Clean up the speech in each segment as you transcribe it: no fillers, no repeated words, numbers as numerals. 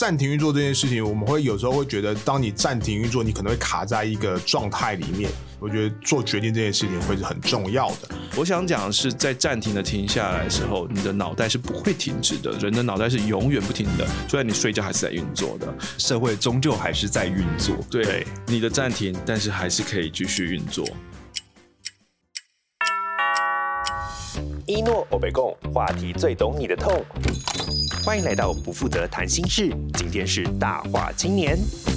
暂停运作这件事情，我们会有时候会觉得，当你暂停运作，你可能会卡在一个状态里面。我觉得做决定这件事情会是很重要的。 我想讲的是，在暂停的停下来的时候，你的脑袋是不会停止的，人的脑袋是永远不停的，就算你睡觉还是在运作的， 社会终究还是在运作。 对，你的暂停，但是还是可以继续运作。 一诺欧北共话题最懂你的痛，欢迎来到不负责谈心事。今天是大话青年。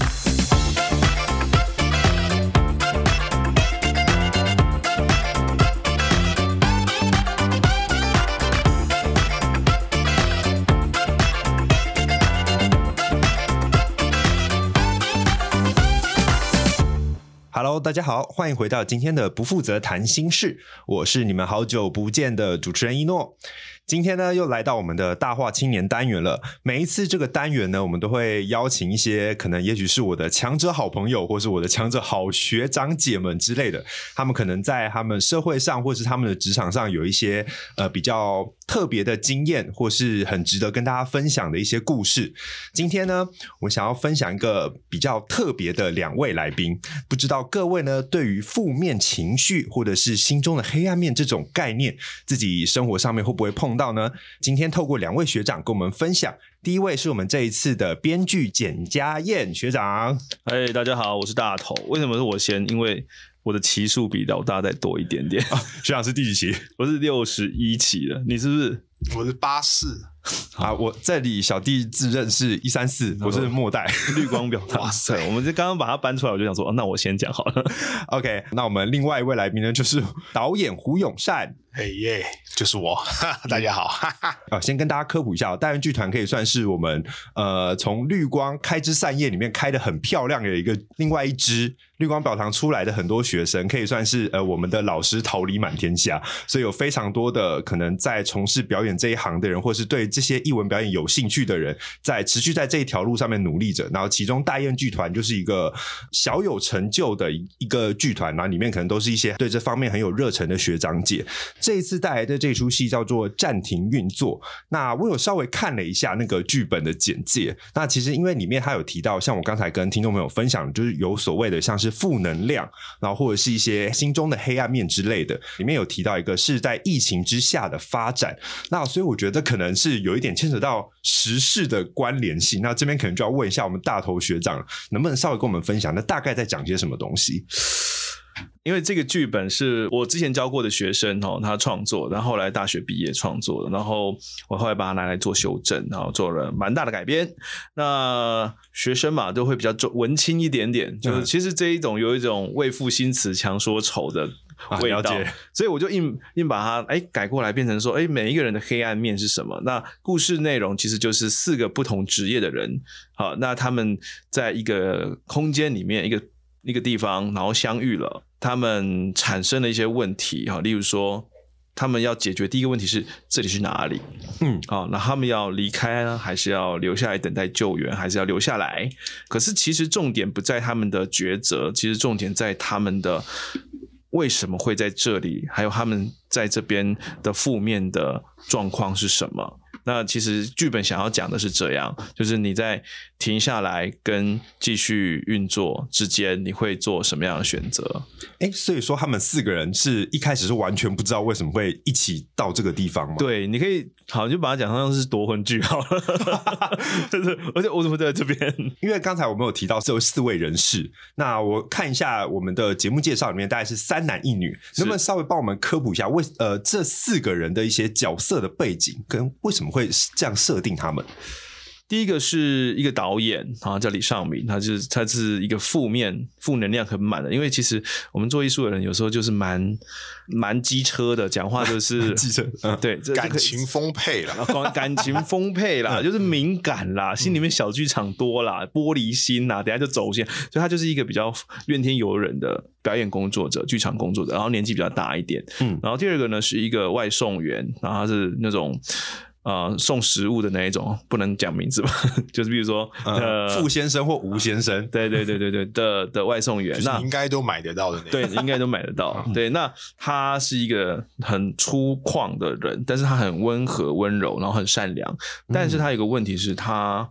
Hello， 大家好，欢迎回到今天的不负责谈心事，我是你们好久不见的主持人一诺。今天呢，又来到我们的大话青年单元了。每一次这个单元呢，我们都会邀请一些可能也许是我的强者好朋友，或是我的强者好学长姐们之类的，他们可能在他们社会上或是他们的职场上有一些比较特别的经验，或是很值得跟大家分享的一些故事。今天呢，我想要分享一个比较特别的两位来宾，不知道各位呢对于负面情绪或者是心中的黑暗面这种概念，自己生活上面会不会碰到呢？今天透过两位学长跟我们分享。第一位是我们这一次的编剧简家燕学长。 大家好，我是大头。为什么是我先？因为我的期数比老大再多一点点。 学长是第几期？ 我是61期的，你是不是？ 我是84。 我这里小弟自认是134，我是末代绿光表达。哇塞，我们刚刚把它搬出来，我就想说，那我先讲好了。 OK， 那我们另外一位来宾呢，就是导演胡永善。 耶，就是我。大家好。 先跟大家科普一下，大元剧团可以算是我们从绿光开枝散叶里面开得很漂亮的另外一支绿光表堂出来的很多学生，可以算是我们的老师桃李满天下，所以有非常多的可能在从事表演这一行的人，或是对这些艺文表演有兴趣的人，持续在这一条路上面努力着。然后其中大雁剧团就是一个小有成就的一个剧团，然后里面可能都是一些对这方面很有热忱的学长姐。这一次带来的这出戏叫做暂停运作，那我有稍微看了一下那个剧本的简介，那其实因为里面他有提到，像我刚才跟听众朋友分享，就是有所谓的像是负能量，然后或者是一些心中的黑暗面之类的，里面有提到一个是在疫情之下的发展，那所以我觉得可能是有一点牵扯到时事的关联性，那这边可能就要问一下我们大头学长，能不能稍微跟我们分享那大概在讲些什么东西？ 因为这个剧本是我之前教过的学生他创作，然后后来大学毕业创作的，然后我后来把它拿来做修正，然后做了蛮大的改编。那学生嘛都会比较文青一点点，就是其实这一种有一种为赋新词强说愁的味道，所以我就硬把它改过来，变成说每一个人的黑暗面是什么。那故事内容其实就是4个不同职业的人，好，那他们在一个空间里面一个地方，然后相遇了，他们产生了一些问题，例如说他们要解决第一个问题是这里是哪里，那他们要离开呢，还是要留下来等待救援，还是要留下来？可是其实重点不在他们的抉择，其实重点在他们的为什么会在这里，还有他们在这边的负面的状况是什么。那其实剧本想要讲的是这样，就是你在停下来跟继续运作之间，你会做什么样的选择？ 所以说他们4个人是一开始是完全不知道为什么会一起到这个地方吗？ 对，你可以好就把它讲像是夺魂剧好了。而且我怎么在这边？ 因为刚才我们有提到是有4位人士，那我看一下我们的节目介绍里面大概是3男1女，能不能稍微帮我们科普一下这4个人的一些角色的背景跟为什么会这样设定他们？ 第一个是一个导演叫李尚明，他是一个负能量很满的，因为其实我们做艺术的人有时候就是蛮机车的，讲话就是机车， 对， 感情丰沛啦， 感情丰沛啦，就是敏感啦，心里面小剧场多啦，玻璃心啦，等一下就走线，所以他就是一个比较怨天尤人的表演工作者、剧场工作者，然后年纪比较大一点。然后第二个呢是一个外送员，然后他是那种送食物的那一种，不能讲名字吧，就是比如说傅先生或吴先生， 对的外送员， 那应该都买得到的那对，应该都买得到。对，那他是一个很粗犷的人，但是他很温和温柔，然后很善良，但是他有个问题是他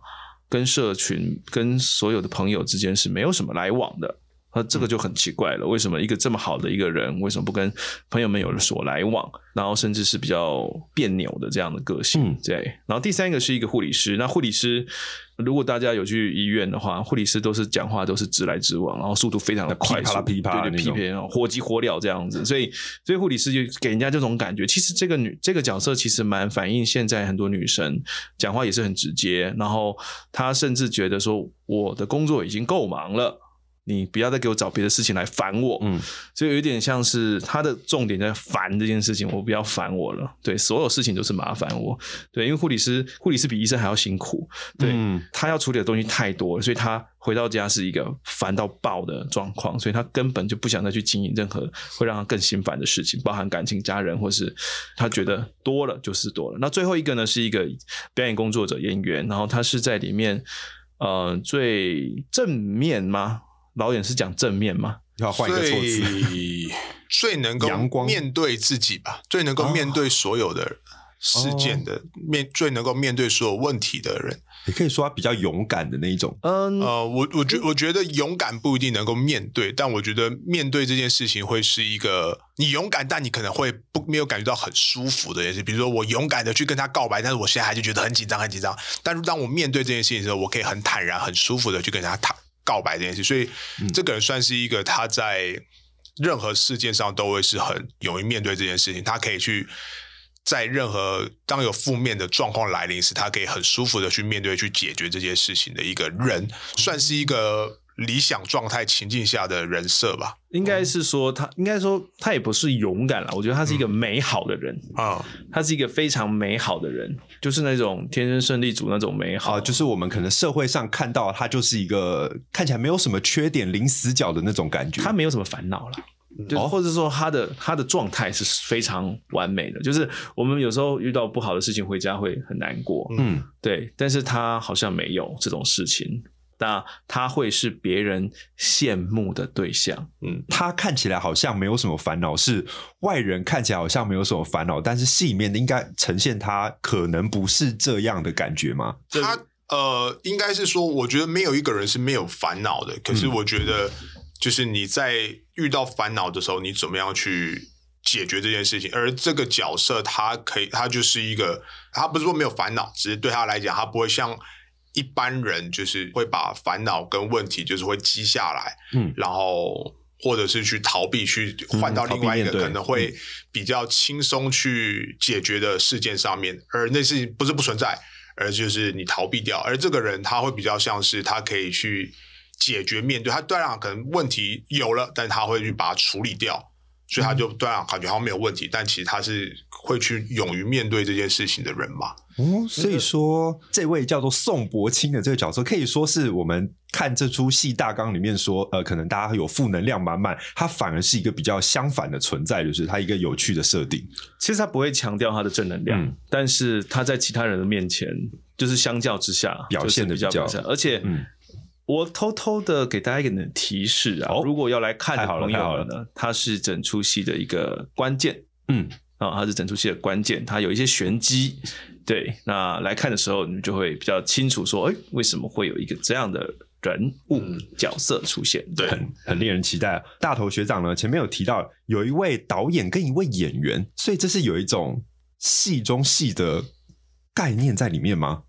跟社群、跟所有的朋友之间是没有什么来往的。这个就很奇怪了，为什么一个这么好的一个人，为什么不跟朋友们有所来往，然后甚至是比较别扭的这样的个性？对。然后第三个是一个护理师，那护理师如果大家有去医院的话，护理师都是讲话都是直来直往，然后速度非常的快速， 噼啪对，火急火燎这样子，所以护理师就给人家这种感觉。其实这个角色其实蛮反映现在很多女生讲话也是很直接，然后她甚至觉得说我的工作已经够忙了，你不要再给我找别的事情来烦我。所以有一点像是他的重点在烦这件事情，我不要烦我了。对，所有事情都是麻烦我。对，因为护理师比医生还要辛苦。对，他要处理的东西太多了，所以他回到家是一个烦到爆的状况，所以他根本就不想再去经营任何会让他更心烦的事情，包含感情、家人，或是他觉得多了就是多了。那最后一个呢，是一个表演工作者、演员，然后他是在里面最正面吗？导演是讲正面吗？ 要换一个措辞， 最能够面对自己吧，最能够面对所有的事件的，最能够面对所有问题的人。 也可以说他比较勇敢的那一种。 我觉得勇敢不一定能够面对，但我觉得面对这件事情会是一个你勇敢，但你可能会没有感觉到很舒服的一件事。比如说我勇敢的去跟他告白，但是我现在还是觉得很紧张，很紧张。但是当我面对这件事情的时候，我可以很坦然、很舒服的去跟他告白这件事，所以这个人算是一个他在任何事件上都会是很勇于面对这件事情，他可以去在任何当有负面的状况来临时，他可以很舒服的去面对、去解决这些事情的一个人，算是一个理想状态情境下的人设吧。 应该说他也不是勇敢啦，我觉得他是一个美好的人他是一个非常美好的人，就是那种天生胜利组那种美好就是我们可能社会上看到他就是一个看起来没有什么缺点、零死角的那种感觉， 他没有什么烦恼啦。就或者说他的状态是非常完美的，就是我们有时候遇到不好的事情回家会很难过，对，但是他好像没有这种事情，那他会是别人羡慕的对象。 他看起来好像没有什么烦恼，是外人看起来好像没有什么烦恼，但是戏里面应该呈现他可能不是这样的感觉吗？ 他应该是说，我觉得没有一个人是没有烦恼的，可是我觉得就是你在遇到烦恼的时候，你怎么样去解决这件事情？而这个角色他就是一个，他不是说没有烦恼，只是对他来讲，他不会像一般人就是会把烦恼跟问题就是会积下来，然后或者是去逃避，去换到另外一个可能会比较轻松去解决的事件上面，而那事情不是不存在，而就是你逃避掉。而这个人他会比较像是他可以去解决面对，他对他可能问题有了，但他会去把它处理掉，所以他就对他感觉好像没有问题，但其实他是会去勇于面对这件事情的人嘛。 所以说这位叫做宋柏青的这个角色，可以说是我们看这出戏大纲里面说可能大家有负能量满满，他反而是一个比较相反的存在，就是他一个有趣的设定。 其实他不会强调他的正能量，但是他在其他人的面前就是相较之下表现的比较而且我偷偷的给大家一个提示如果要来看的朋友们呢，他是整出戏的一个关键，他是整出戏的关键，他有一些玄机，对，那来看的时候你们就会比较清楚说，为什么会有一个这样的人物角色出现，对， 很令人期待。大头学长呢，前面有提到有一位导演跟一位演员，所以这是有一种戏中戏的概念在里面吗？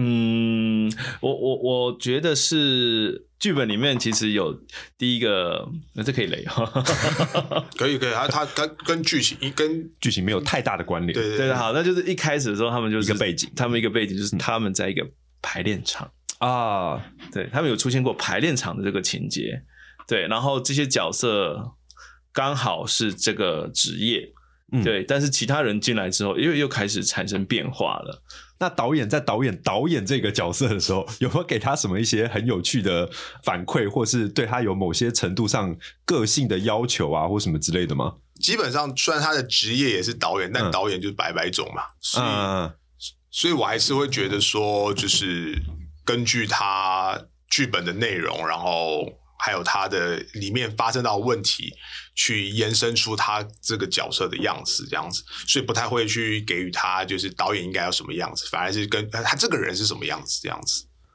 我觉得是剧本里面其实有第一个，这可以雷可以，他跟剧情没有太大的关联。 对，好，那就是一开始的时候，他们就是一个背景， 就是他们在一个排练场对，他们有出现过排练场的这个情节，对，然后这些角色刚好是这个职业，对，但是其他人进来之后，又开始产生变化了。 那导演在导演这个角色的时候，有没有给他什么一些很有趣的反馈，或是对他有某些程度上个性的要求啊，或什么之类的吗？ 基本上，虽然他的职业也是导演，但导演就是百百种嘛，所以我还是会觉得说，就是根据他剧本的内容，然后还有他的里面发生到的问题，去延伸出他这个角色的样子，这样子，所以不太会去给予他就是导演应该要什么样子，反而是跟他这个人是什么样子这样子。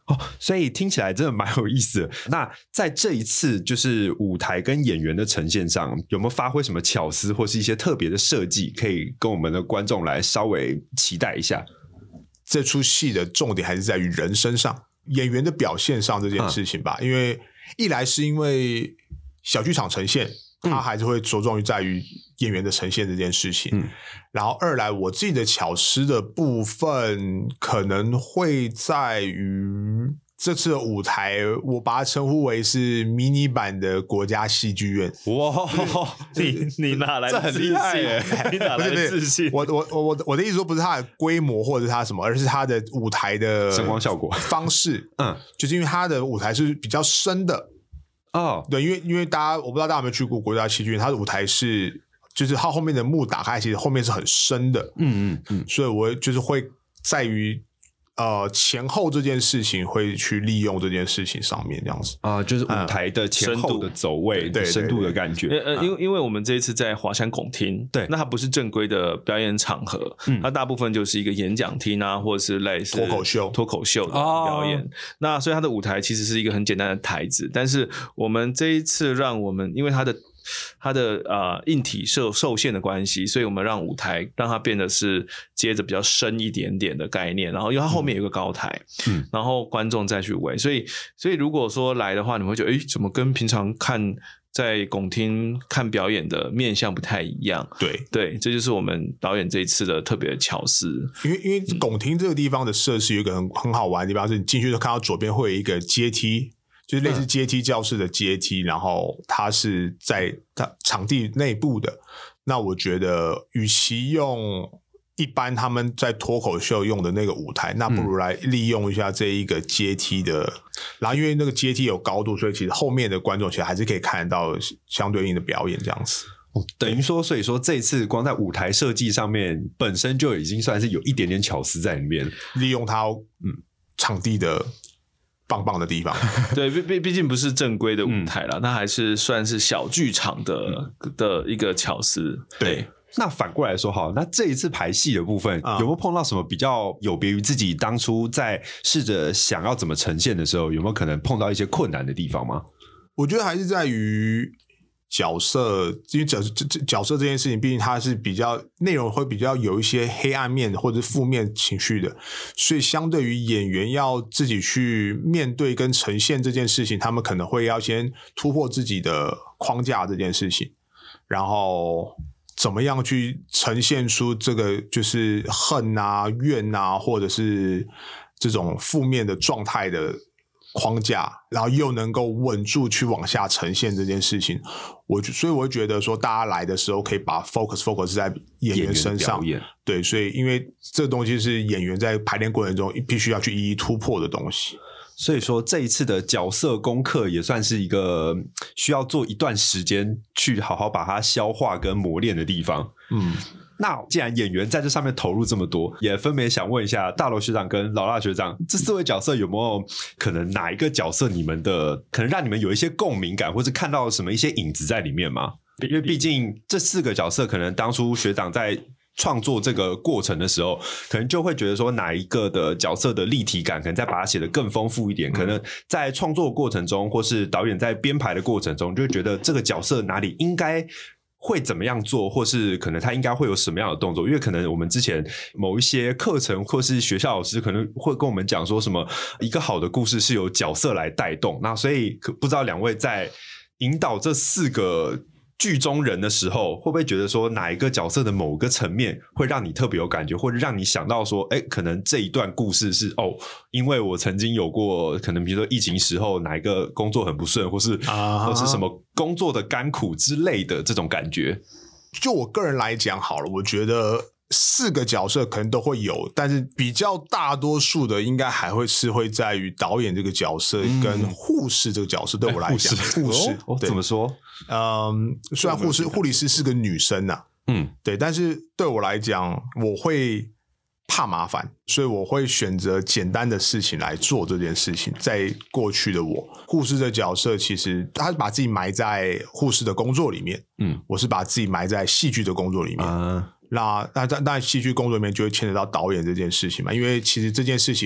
所以听起来真的蛮有意思的。那在这一次就是舞台跟演员的呈现上，有没有发挥什么巧思或是一些特别的设计，可以跟我们的观众来稍微期待一下？ 这出戏的重点还是在于人身上，演员的表现上这件事情吧。因为一来是因为小剧场呈现，它还是会着重于在于演员的呈现这件事情。然后二来我自己的巧思的部分可能会在于这次的舞台，我把它称呼为是迷你版的国家戏剧院。 哇， 你哪来的自信？ 这很厉害耶！ 你哪来的自信？ 我的意思说不是它的规模或者是它什么，而是它的舞台的声光效果方式。就是因为它的舞台是比较深的。对，因为大家我不知道大家有没有去过国家戏剧院，它的舞台是就是它后面的幕打开，其实后面是很深的。所以我就是会在于前后这件事情会去利用这件事情上面这样子就是舞台的前后的走位、深度的感觉。 因为我们这一次在华山拱厅，对，那它不是正规的表演场合，它大部分就是一个演讲厅啊，或者是类似脱口秀的表演。那所以它的舞台其实是一个很简单的台子，但是我们这一次让我们因为它的硬体受限的关系，所以我们让舞台让它变得是接着比较深一点点的概念，然后因为它后面有个高台，然后观众再去围，所以如果说来的话，你们会觉得怎么跟平常看在拱厅看表演的面向不太一样。对，这就是我们导演这一次的特别的巧思。因为拱厅这个地方的设施有一个很好玩的地方，是你进去就看到左边会有一个阶梯，就是类似阶梯教室的阶梯，然后它是在场地内部的。那我觉得与其用一般他们在脱口秀用的那个舞台，那不如来利用一下这一个阶梯的。然后因为那个阶梯有高度，所以其实后面的观众其实还是可以看得到相对应的表演这样子。 等于说，所以说这一次光在舞台设计上面本身就已经算是有一点点巧思在里面， 利用它场地的棒棒的地方。 对，毕竟不是正规的舞台啦，它还是算是小剧场的一个巧思。对。 那反过来说好，那这一次排戏的部分，有没有碰到什么比较有别于自己当初在试着想要怎么呈现的时候，有没有可能碰到一些困难的地方吗？ 我觉得还是在于角色，因为角色这件事情，毕竟它是比较内容会比较有一些黑暗面或者负面情绪的，所以相对于演员要自己去面对跟呈现这件事情，他们可能会要先突破自己的框架这件事情，然后怎么样去呈现出这个就是恨啊、怨啊，或者是这种负面的状态的框架，然后又能够稳住去往下呈现这件事情。所以我会觉得说，大家来的时候可以把 focus 在演员身上。对，所以因为这个东西是演员在排练过程中必须要去一一突破的东西。 所以说这一次的角色功课也算是一个需要做一段时间去好好把它消化跟磨练的地方。那既然演员在这上面投入这么多，也分别想问一下大楼学长跟老辣学长，这4位角色有没有可能哪一个角色你们的可能让你们有一些共鸣感，或是看到什么一些影子在里面吗？因为毕竟这4个角色可能当初学长在创作这个过程的时候，可能就会觉得说哪一个的角色的立体感可能再把它写得更丰富一点，可能在创作过程中或是导演在编排的过程中就会觉得这个角色哪里应该会怎么样做，或是可能他应该会有什么样的动作。因为可能我们之前某一些课程或是学校老师可能会跟我们讲说什么一个好的故事是由角色来带动，那所以不知道2位在引导这4个剧中人的时候，会不会觉得说哪一个角色的某个层面会让你特别有感觉，或者让你想到说可能这一段故事是因为我曾经有过可能比如说疫情时候哪一个工作很不顺，或是什么工作的甘苦之类的这种感觉。 就我个人来讲好了，我觉得4个角色可能都会有，但是比较大多数的应该还会在于导演这个角色跟护士这个角色。对我来讲，护士怎么说？ 虽然护理师是个女生啊，对，但是对我来讲，我会怕麻烦，所以我会选择简单的事情来做这件事情。在过去的护士的角色，其实他是把自己埋在护士的工作里面，我是把自己埋在戏剧的工作里面。那戏剧工作里面就会牵扯到导演这件事情嘛，因为其实这件事情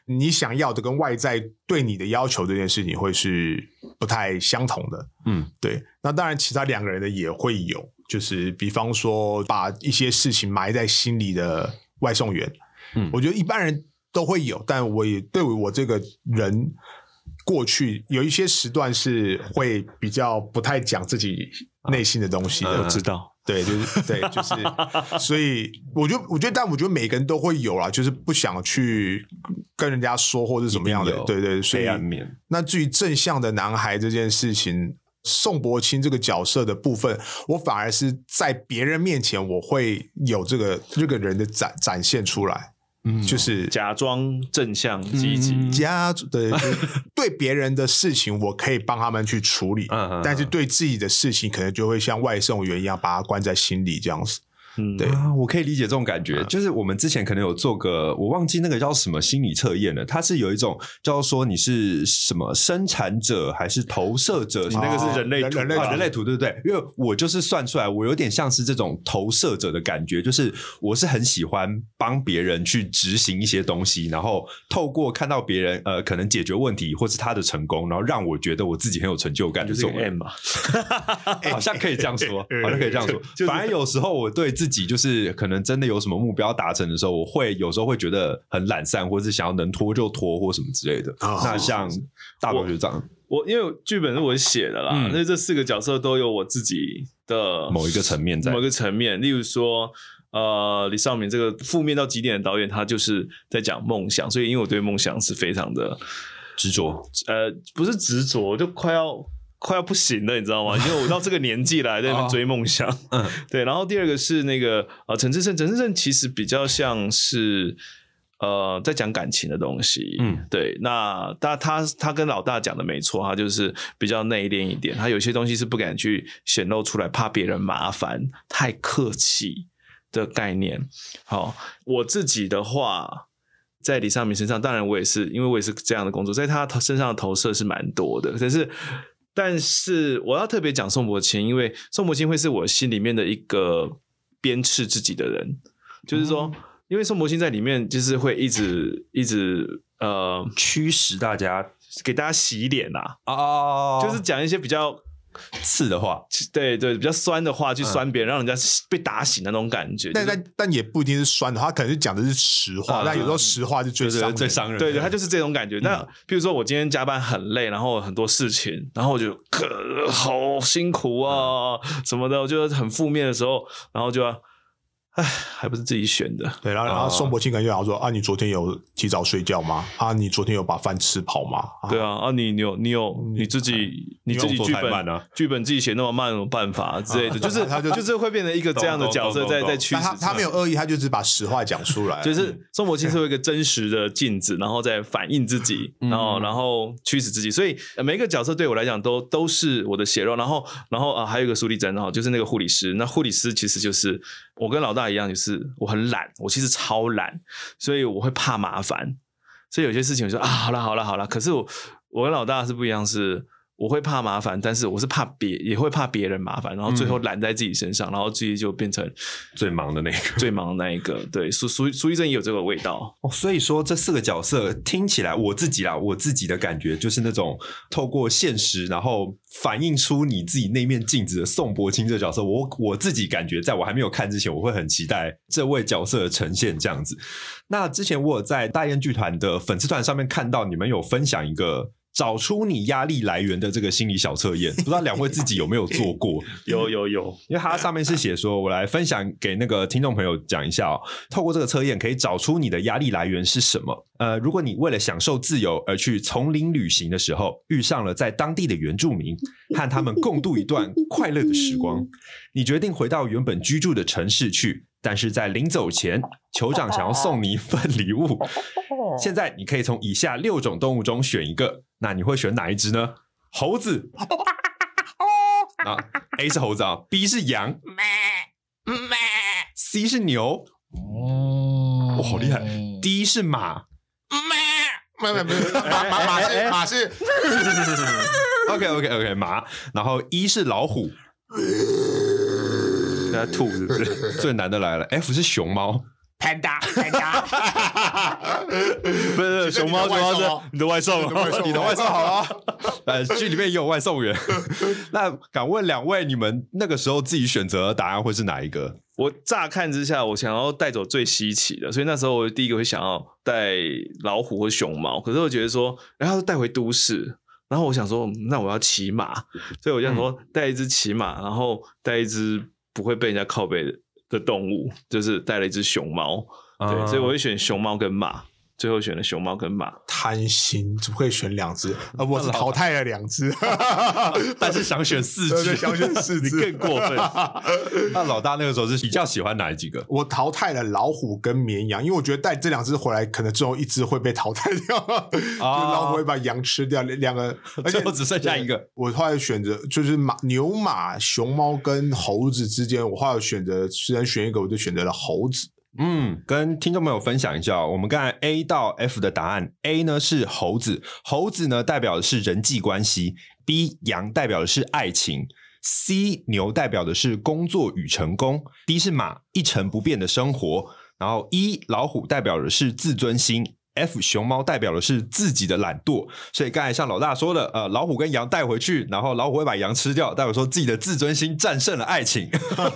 你想要的跟外在对你的要求这件事情会是不太相同的。对。那当然其他2个人的也会有，就是比方说把一些事情埋在心里的外送员，我觉得一般人都会有，但我也对我这个人过去有一些时段是会比较不太讲自己内心的东西的。 我知道。 对，就是对，就是所以我觉得但我觉得每个人都会有啦，就是不想去跟人家说或者怎么样的。对对，所以黑暗面。那至于正向的男孩这件事情，宋柏青这个角色的部分，我反而是在别人面前我会有这个人的展现出来。就是假装正向积极， 对别人的事情我可以帮他们去处理，但是对自己的事情可能就会像外送员一样把它关在心里这样子。对我可以理解这种感觉。就是我们之前可能有做个，我忘记那个叫什么心理测验了，它是有一种叫做说你是什么生产者还是投射者， 那个是人类图， 人类图对不对？因为我就是算出来我有点像是这种投射者的感觉，就是我是很喜欢帮别人去执行一些东西，然后透过看到别人可能解决问题或是他的成功，然后让我觉得我自己很有成就感， 就是个 M 嘛。 好像可以这样说，好像可以这样说。反而有时候我对自己就是可能真的有什么目标达成的时候，我会有时候会觉得很懒散，或是想要能拖就拖或什么之类的。那像大头就这样， 我因为剧本是我写的啦，所以这4个角色都有我自己的某一个层面在， 某一个层面。例如说李少敏这个负面到极点的导演，他就是在讲梦想，所以因为我对梦想是非常的执着， 不是执着，就快要不行了，你知道吗？因为我到这个年纪了，在那边追梦想。对。然后第2个是那个陈志胜其实比较像是在讲感情的东西。对。那他跟老大讲的没错，他就是比较内敛一点，他有些东西是不敢去显露出来，怕别人麻烦，太客气的概念。好，我自己的话，在李尚明身上，当然我也是，因为我也是这样的工作，在他身上的投射是蛮多的，但是我要特别讲宋柏青，因为宋柏青会是我心里面的一个鞭笞自己的人，就是说，因为宋柏青在里面就是会一直驱使大家， 给大家洗脸啊，就是讲一些比较刺的话， 对，比较酸的话去酸别人，让人家被打醒的那种感觉。 但也不一定是酸的，他可能是讲的是实话，但有时候实话是最伤人。 对，他就是这种感觉。那譬如说我今天加班很累，然后很多事情，然后我就好辛苦啊什么的，我就很负面的时候，然后就要。唉，还不是自己选的。 对，然后宋柏青可能就想说啊，你昨天有提早睡觉吗？啊，你昨天有把饭吃饱吗？ 对啊，你自己剧本自己写那么慢，有办法之类的，就是他就是会变成一个这样的角色在驱使。 他没有恶意，他就只把实话讲出来。 就是宋柏青是一个真实的镜子，然后再反映自己，然后驱使自己。所以每一个角色对我来讲都是我的血肉。然后还有一个苏丽珍就是那个护理师。那护理师其实就是我跟老大一样，就是我很懒，我其实超懒，所以我会怕麻烦，所以有些事情我就说好了。可是我跟老大是不一样，是我会怕麻烦，但是我是也会怕别人麻烦，然后最后揽在自己身上，然后自己就变成最忙的那一个。 对，苏一珍也有这个味道。 所以说这4个角色听起来，我自己的感觉就是那种透过现实，然后反映出你自己那面镜子的宋柏青这个角色，我自己感觉，在我还没有看之前，我会很期待这位角色的呈现这样子。那之前我有在大雁剧团的粉丝团上面看到你们有分享一个找出你压力来源的这个心理小测验，不知道2位自己有没有做过？ 有， 因为它上面是写说，我来分享给那个听众朋友讲一下透过这个测验可以找出你的压力来源是什么。如果你为了享受自由而去丛林旅行的时候，遇上了在当地的原住民，和他们共度一段快乐的时光，你决定回到原本居住的城市去，但是在临走前，酋长想要送你一份礼物。现在你可以从以下6种动物中选一个，那你会选哪一只呢？猴子A 是猴子，B 是羊，C 是牛，哇，好厉害。D 是马， 马是 OK 马，然后 E 是老虎， 在吐是不是？ 最难的来了，F 是熊猫。 Panda， 不是熊猫是你的外送， 你的外送好了。剧里面也有外送员。那敢问两位，你们那个时候自己选择的答案会是哪一个？ 我乍看之下，我想要带走最稀奇的，所以那时候我第一个会想要带老虎或熊猫。可是我觉得说，然后带回都市，然后我想说，那我要骑马，所以我想说带一只骑马，然后带一只不会被人家靠背的动物，就是带了一只熊猫。对，所以我会选熊猫跟马。最后选了熊猫跟马， 贪心怎么会选2只？我是淘汰了2只， 但是想选4只， 想选4只， 你更过分。 那老大那个时候是比较喜欢哪几个？ 我淘汰了老虎跟绵羊，因为我觉得带这2只回来，可能最后1只会被淘汰掉，老虎会把羊吃掉，2个，而且只剩下1个。 我后来选择就是牛马、熊猫跟猴子之间，我后来选择只能选一个，我就选择了猴子。 跟听众朋友分享一下，我们刚才 A 到 F 的答案 ，A 呢是猴子，猴子呢代表的是人际关系 ；B 羊代表的是爱情 ；C 牛代表的是工作与成功 ；D 是马，一成不变的生活。然后 E 老虎代表的是自尊心。F 熊猫代表的是自己的懒惰，所以刚才像老大说的，老虎跟羊带回去，然后老虎会把羊吃掉，代表说自己的自尊心战胜了爱情，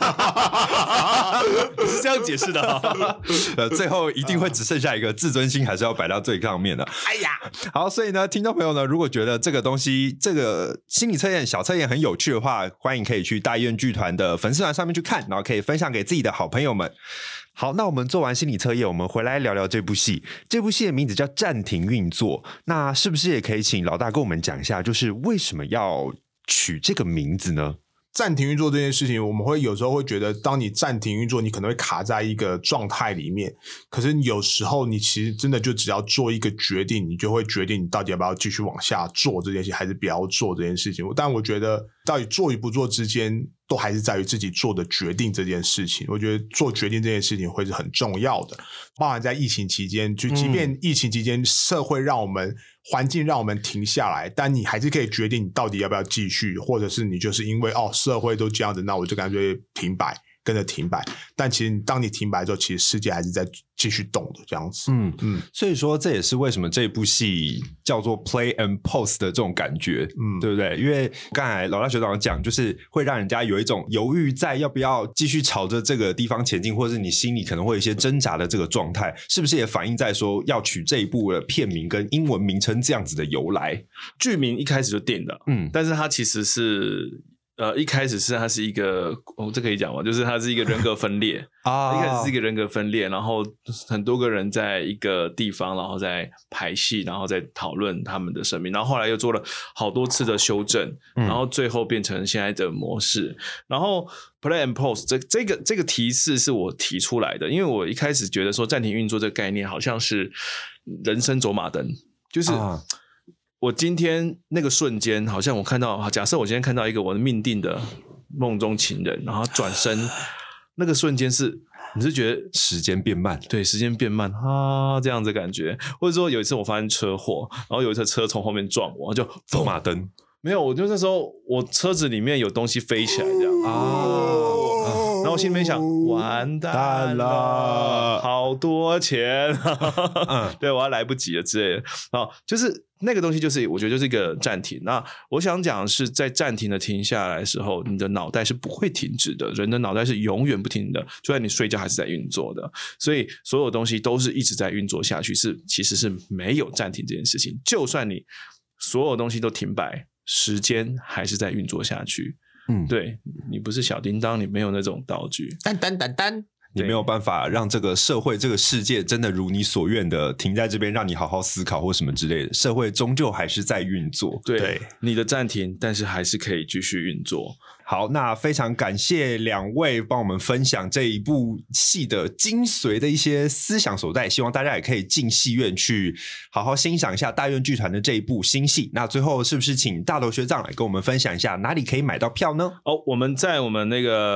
不是这样解释的最后一定会只剩下一个自尊心，还是要摆到最上面的。 哎呀， 好，所以呢，听众朋友呢，如果觉得这个东西，这个心理测验、小测验很有趣的话，欢迎可以去大医院剧团的粉丝团上面去看，然后可以分享给自己的好朋友们。好，那我们做完心理测验，我们回来聊聊这部戏。这部戏的名字叫《暂停运作》，那是不是也可以请老大跟我们讲一下，就是为什么要取这个名字呢？ 暂停运作这件事情，我们会有时候会觉得，当你暂停运作，你可能会卡在一个状态里面。可是有时候你其实真的就只要做一个决定，你就会决定你到底要不要继续往下做这件事，还是不要做这件事情。但我觉得，到底做与不做之间，都还是在于自己做的决定这件事情。我觉得做决定这件事情会是很重要的，包含在疫情期间，就即便疫情期间社会让我们环境让我们停下来，但你还是可以决定你到底要不要继续，或者是你就是因为社会都这样子，那我就干脆停摆，跟着停摆。但其实当你停摆之后，其实世界还是在继续动的这样子。 所以说这也是为什么这部戏叫做 play and pause 的这种感觉，对不对？因为刚才老大学长讲，就是会让人家有一种犹豫在要不要继续朝着这个地方前进，或者是你心里可能会有一些挣扎的这个状态，是不是也反映在说要取这一部的片名跟英文名称这样子的由来？ 剧名一开始就定的，但是它其实是一开始它是一个这可以讲吗？就是它是一个人格分裂一开始是一个人格分裂，然后很多个人在一个地方，然后在排戏，然后在讨论他们的生命，然后后来又做了好多次的修正，然后最后变成现在的模式。然后 play and pause 这个提示是我提出来的，因为我一开始觉得说暂停运作这个概念好像是人生走马灯，就是我今天那个瞬间，好像我看到，假设我今天看到一个我的命定的梦中情人，然后转身，那个瞬间是，你是觉得时间变慢， 对，时间变慢这样子的感觉，或者说有一次我发生车祸，然后有一车车从后面撞我，就走马灯， 没有，我就那时候我车子里面有东西飞起来这样然后我心里面想，完蛋了，好多钱，对，我要来不及了之类的。就是那个东西，就是我觉得就是一个暂停。那我想讲的是，在暂停的停下来的时候，你的脑袋是不会停止的，人的脑袋是永远不停的，就算你睡觉还是在运作的。所以所有东西都是一直在运作下去，其实是没有暂停这件事情。就算你所有东西都停摆，时间还是在运作下去。对，你不是小叮当，你没有那种道具， 你没有办法让这个社会这个世界真的如你所愿的停在这边，让你好好思考或什么之类的，社会终究还是在运作。 对，你的暂停，但是还是可以继续运作。 好，那非常感谢两位帮我们分享这一部戏的精髓的一些思想所在，希望大家也可以进戏院去好好欣赏一下大院剧团的这一部新戏。那最后是不是请大头学长来跟我们分享一下哪里可以买到票呢？ 我们在我们那个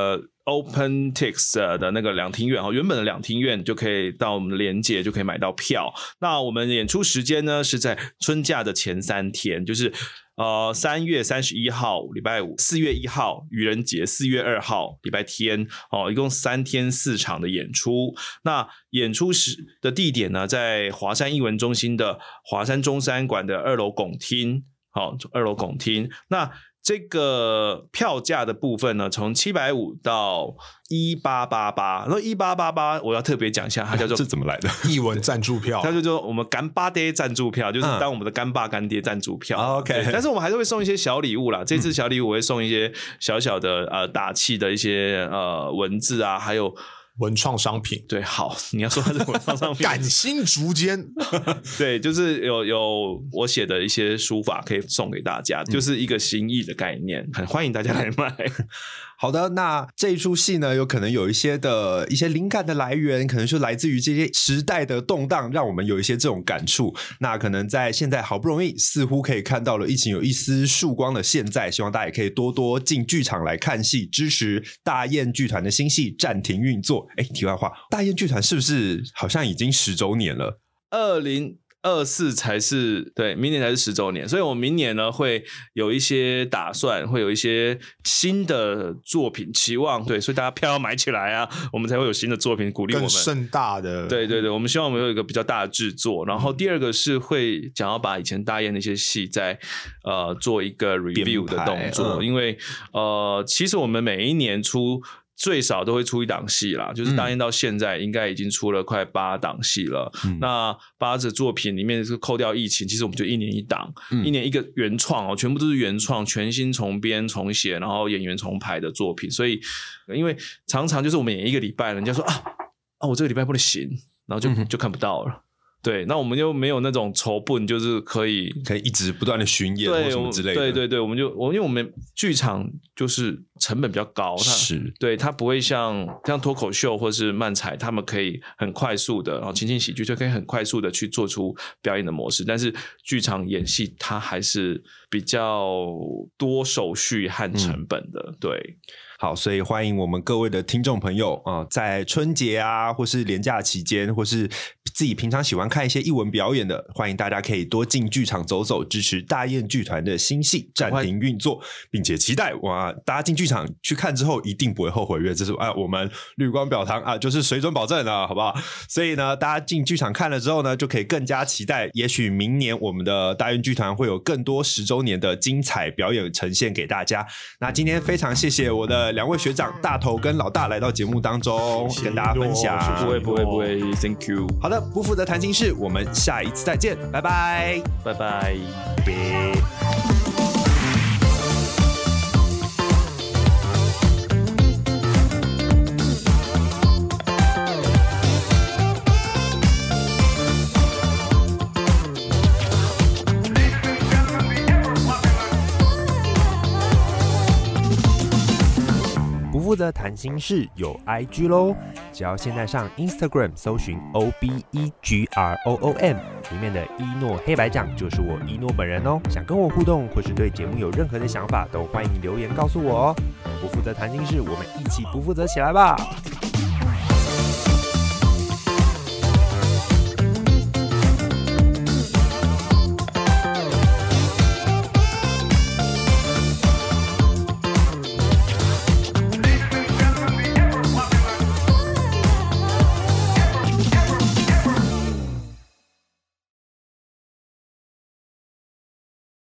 OpenTix 的那个两厅院，原本的两厅院就可以到我们的连结就可以买到票。那我们演出时间呢是在春假的前3天，就是3月31号礼拜五，4月1号愚人节，4月2号礼拜天，一共3天4场的演出。那演出时的地点呢，在华山艺文中心的华山中山馆的2楼拱厅，2楼拱厅。那这个票价的部分呢，从750到1888，然后1888我要特别讲一下，它叫做这怎么来的？ 艺文赞助票， 它就叫我们干爸爹赞助票，就是当我们的干爸干爹赞助票。 OK， 但是我们还是会送一些小礼物啦。这次小礼物我会送一些小小的打气的一些文字啊，还有文创商品。 对，好，你要说它是文创商品， 感心竹间， 对，就是有我写的一些书法可以送给大家，就是一个心意的概念，很欢迎大家来买。 好的，那这一出戏呢，有可能有一些灵感的来源，可能是来自于这些时代的动荡，让我们有一些这种感触。那可能在现在好不容易似乎可以看到了疫情有一丝曙光的现在，希望大家也可以多多进剧场来看戏，支持大雁剧团的新戏暂停运作。题外话，大雁剧团是不是好像已经10周年了 ？2024才是，对，明年才是10周年，所以我明年呢会有一些打算，会有一些新的作品期望，对，所以大家票要买起来啊，我们才会有新的作品鼓励我们更盛大的， 对对对，我们希望我们有一个比较大的制作，然后第二个是会想要把以前大雁那些戏再做一个 review 的动作，因为其实我们每一年最少都会出1档戏啦，就是大雁到现在应该已经出了快8档戏了。那8支作品里面是扣掉疫情，其实我们就1年1档，1年1个原创全部都是原创，全新重编重写，然后演员重排的作品。所以因为常常就是我们演1个礼拜，人家说我这个礼拜不能行，然后就看不到了。对，那我们就没有那种筹budget，就是可以一直不断的巡演或什么之类的。 对对对，因为我们剧场就是成本比较高，对，它不会像脱口秀或是漫才，他们可以很快速的，然后情景喜剧就可以很快速的去做出表演的模式，但是剧场演戏它还是比较多手续和成本的，对。 好，所以欢迎我们各位的听众朋友在春节啊，或是连假期间，或是自己平常喜欢看一些艺文表演的，欢迎大家可以多进剧场走走，支持大雁剧团的新戏暂停运作，并且期待大家进剧场去看之后一定不会后悔，因为这是我们绿光表堂就是水准保证了，好不好？所以呢，大家进剧场看了之后呢，就可以更加期待，也许明年我们的大雁剧团会有更多10周年的精彩表演呈现给大家。那今天非常谢谢我的2位学长大头跟老大来到节目当中跟大家分享， 不会 ，Thank you。 好的，不负责谈心事，我们下一次再见，拜拜， 拜拜。 不负责谈心事有 IG 咯，只要现在上 Instagram 搜寻 OBEGROOM， 里面的一诺黑白奖就是我一诺本人哦。想跟我互动或是对节目有任何的想法，都欢迎留言告诉我哦。不负责谈心事，我们一起不负责起来吧。